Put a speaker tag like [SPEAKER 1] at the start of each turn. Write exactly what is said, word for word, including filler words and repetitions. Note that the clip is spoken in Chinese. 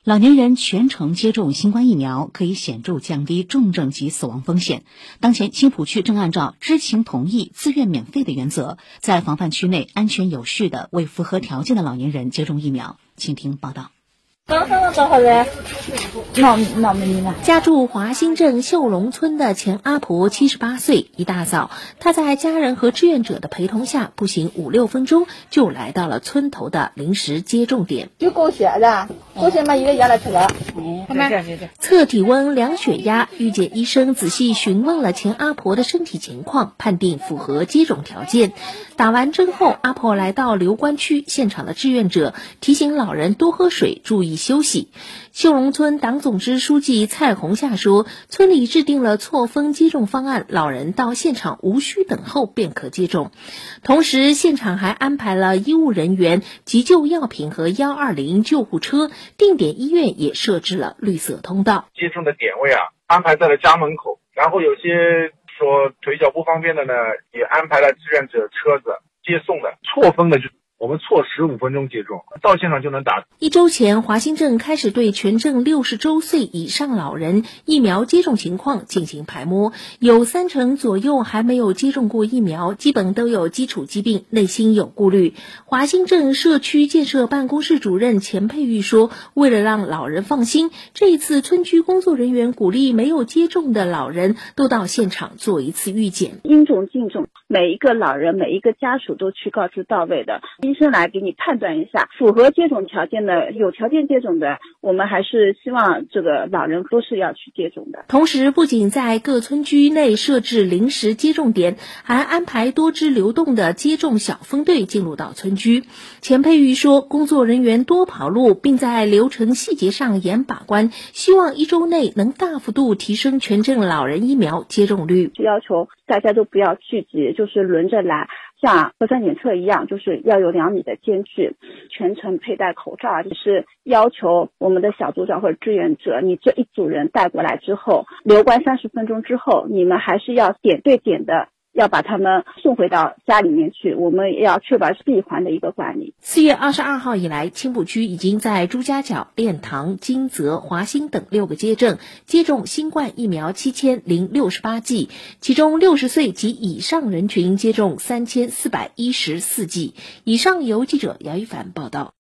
[SPEAKER 1] 老年人全程接种新冠疫苗，可以显著降低重症及死亡风险。当前，新浦区正按照知情同意、自愿免费的原则，在防范区内安全有序地为符合条件的老年人接种疫苗。请听报道。
[SPEAKER 2] 家住华兴镇秀龙村的钱阿婆七十八岁，一大早，她在家人和志愿者的陪同下，步行五六分钟就来到了村头的临时接种点。
[SPEAKER 3] 就狗血的，狗血嘛，一个药来吃了。嗯，
[SPEAKER 2] 测体温、量血压，遇见医生仔细询问了钱阿婆的身体情况，判定符合接种条件。打完针后，阿婆来到刘关区，现场的志愿者提醒老人多喝水，注意休息。秀龙村党总支书记蔡红夏说，村里制定了错峰接种方案，老人到现场无需等候便可接种。同时，现场还安排了医务人员、急救药品和一二零救护车，定点医院也设置了绿色通道。
[SPEAKER 4] 接种的点位啊，安排在了家门口，然后有些说腿脚不方便的呢，也安排了志愿者车子接送的。错峰的就我们错十五分钟接种，到现场就能打。
[SPEAKER 2] 一周前，华兴镇开始对全镇六十周岁以上老人疫苗接种情况进行排摸，有三成左右还没有接种过疫苗，基本都有基础疾病，内心有顾虑。华兴镇社区建设办公室主任钱佩玉说，为了让老人放心，这一次村居工作人员鼓励没有接种的老人都到现场做一次预检，
[SPEAKER 5] 应种尽种，每一个老人每一个家属都去告知到位的。医生来给你判断一下，符合接种条件的、有条件接种的，我们还是希望这个老人都是要去接种的。
[SPEAKER 2] 同时，不仅在各村居内设置临时接种点，还安排多支流动的接种小分队进入到村居。钱佩玉说，工作人员多跑路，并在流程细节上严把关，希望一周内能大幅度提升全镇老人疫苗接种率。
[SPEAKER 5] 要求大家都不要聚集，就是轮着来。像核酸检测一样，就是要有两米的间距，全程佩戴口罩啊，就是要求我们的小组长或者志愿者，你这一组人带过来之后，留观三十分钟之后，你们还是要点对点的要把他们送回到家里面去，我们也要确保是闭环的一个管理。
[SPEAKER 2] 四月二十二号以来，青浦区已经在朱家角、练塘、金泽、华兴等六个街镇接种新冠疫苗七千零六十八剂，其中六十岁及以上人群接种三千四百一十四剂。以上由记者姚一凡报道。